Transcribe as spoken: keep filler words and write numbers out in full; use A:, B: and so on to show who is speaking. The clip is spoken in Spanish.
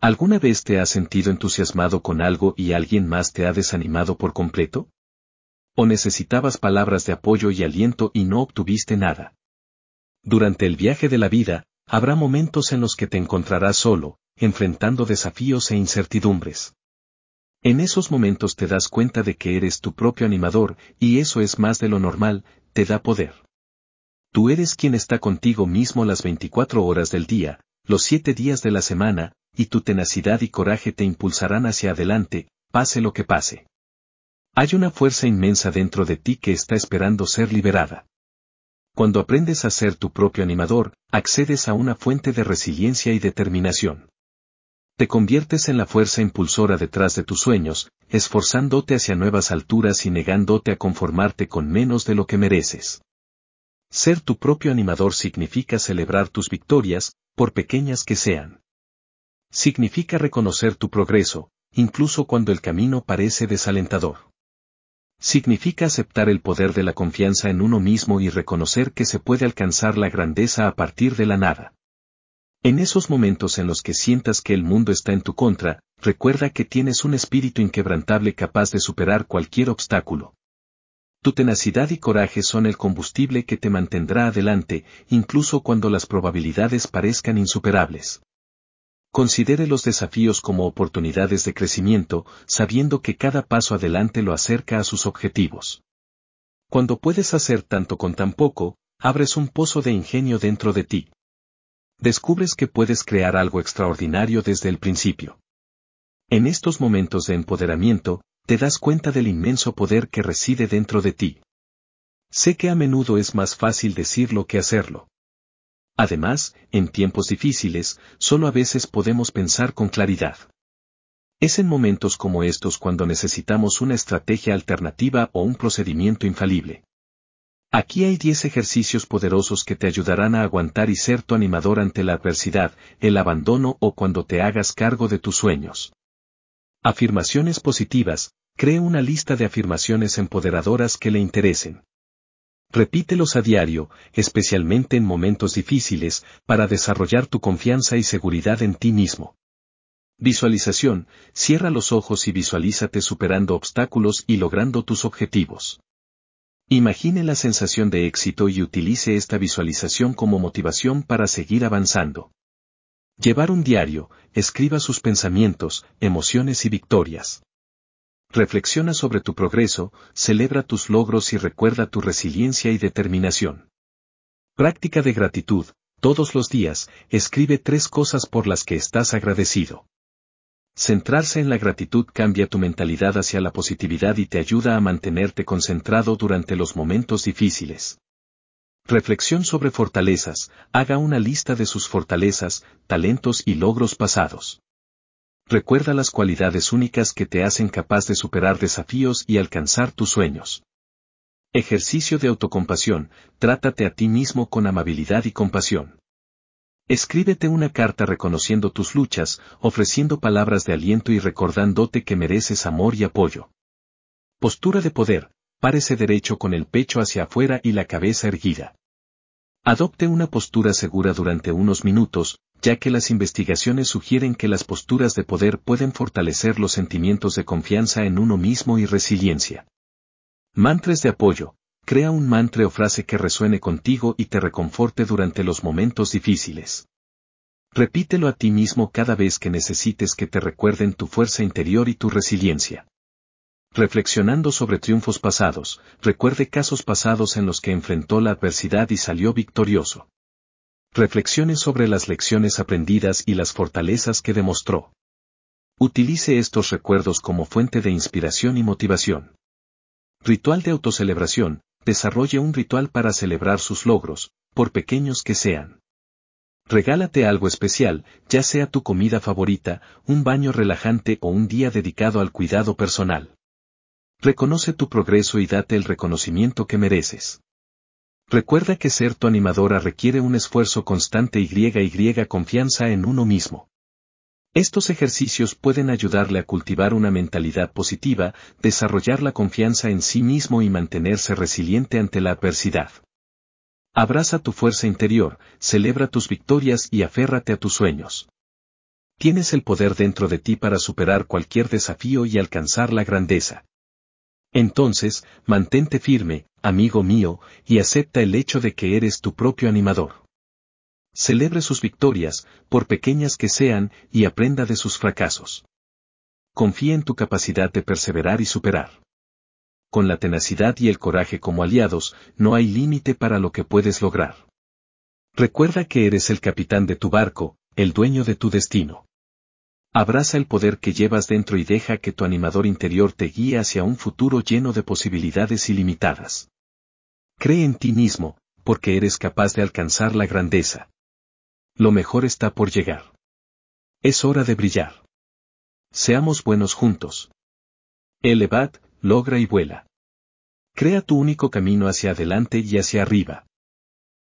A: ¿Alguna vez te has sentido entusiasmado con algo y alguien más te ha desanimado por completo? ¿O necesitabas palabras de apoyo y aliento y no obtuviste nada? Durante el viaje de la vida, habrá momentos en los que te encontrarás solo, enfrentando desafíos e incertidumbres. En esos momentos te das cuenta de que eres tu propio animador, y eso es más de lo normal, te da poder. Tú eres quien está contigo mismo las veinticuatro horas del día, los siete días de la semana, y tu tenacidad y coraje te impulsarán hacia adelante, pase lo que pase. Hay una fuerza inmensa dentro de ti que está esperando ser liberada. Cuando aprendes a ser tu propio animador, accedes a una fuente de resiliencia y determinación. Te conviertes en la fuerza impulsora detrás de tus sueños, esforzándote hacia nuevas alturas y negándote a conformarte con menos de lo que mereces. Ser tu propio animador significa celebrar tus victorias, por pequeñas que sean. Significa reconocer tu progreso, incluso cuando el camino parece desalentador. Significa aceptar el poder de la confianza en uno mismo y reconocer que se puede alcanzar la grandeza a partir de la nada. En esos momentos en los que sientas que el mundo está en tu contra, recuerda que tienes un espíritu inquebrantable capaz de superar cualquier obstáculo. Tu tenacidad y coraje son el combustible que te mantendrá adelante, incluso cuando las probabilidades parezcan insuperables. Considere los desafíos como oportunidades de crecimiento, sabiendo que cada paso adelante lo acerca a sus objetivos. Cuando puedes hacer tanto con tan poco, abres un pozo de ingenio dentro de ti. Descubres que puedes crear algo extraordinario desde el principio. En estos momentos de empoderamiento, te das cuenta del inmenso poder que reside dentro de ti. Sé que a menudo es más fácil decirlo que hacerlo. Además, en tiempos difíciles, solo a veces podemos pensar con claridad. Es en momentos como estos cuando necesitamos una estrategia alternativa o un procedimiento infalible. Aquí hay diez ejercicios poderosos que te ayudarán a aguantar y ser tu animador ante la adversidad, el abandono o cuando te hagas cargo de tus sueños. Afirmaciones positivas. Cree una lista de afirmaciones empoderadoras que le interesen. Repítelos a diario, especialmente en momentos difíciles, para desarrollar tu confianza y seguridad en ti mismo. Visualización. Cierra los ojos y visualízate superando obstáculos y logrando tus objetivos. Imagine la sensación de éxito y utilice esta visualización como motivación para seguir avanzando. Llevar un diario. Escriba sus pensamientos, emociones y victorias. Reflexiona sobre tu progreso, celebra tus logros y recuerda tu resiliencia y determinación. Práctica de gratitud. Todos los días, escribe tres cosas por las que estás agradecido. Centrarse en la gratitud cambia tu mentalidad hacia la positividad y te ayuda a mantenerte concentrado durante los momentos difíciles. Reflexión sobre fortalezas. Haga una lista de sus fortalezas, talentos y logros pasados. Recuerda las cualidades únicas que te hacen capaz de superar desafíos y alcanzar tus sueños. Ejercicio de autocompasión. Trátate a ti mismo con amabilidad y compasión. Escríbete una carta reconociendo tus luchas, ofreciendo palabras de aliento y recordándote que mereces amor y apoyo. Postura de poder. Párese derecho con el pecho hacia afuera y la cabeza erguida. Adopte una postura segura durante unos minutos, ya que las investigaciones sugieren que las posturas de poder pueden fortalecer los sentimientos de confianza en uno mismo y resiliencia. Mantras de apoyo. Crea un mantra o frase que resuene contigo y te reconforte durante los momentos difíciles. Repítelo a ti mismo cada vez que necesites que te recuerden tu fuerza interior y tu resiliencia. Reflexionando sobre triunfos pasados, recuerde casos pasados en los que enfrentó la adversidad y salió victorioso. Reflexione sobre las lecciones aprendidas y las fortalezas que demostró. Utilice estos recuerdos como fuente de inspiración y motivación. Ritual de autocelebración. Desarrolle un ritual para celebrar sus logros, por pequeños que sean. Regálate algo especial, ya sea tu comida favorita, un baño relajante o un día dedicado al cuidado personal. Reconoce tu progreso y date el reconocimiento que mereces. Recuerda que ser tu animadora requiere un esfuerzo constante y y confianza en uno mismo. Estos ejercicios pueden ayudarle a cultivar una mentalidad positiva, desarrollar la confianza en sí mismo y mantenerse resiliente ante la adversidad. Abraza tu fuerza interior, celebra tus victorias y aférrate a tus sueños. Tienes el poder dentro de ti para superar cualquier desafío y alcanzar la grandeza. Entonces, mantente firme, amigo mío, y acepta el hecho de que eres tu propio animador. Celebre sus victorias, por pequeñas que sean, y aprenda de sus fracasos. Confía en tu capacidad de perseverar y superar. Con la tenacidad y el coraje como aliados, no hay límite para lo que puedes lograr. Recuerda que eres el capitán de tu barco, el dueño de tu destino. Abraza el poder que llevas dentro y deja que tu animador interior te guíe hacia un futuro lleno de posibilidades ilimitadas. Cree en ti mismo, porque eres capaz de alcanzar la grandeza. Lo mejor está por llegar. Es hora de brillar. Seamos buenos juntos. Elevad, logra y vuela. Crea tu único camino hacia adelante y hacia arriba.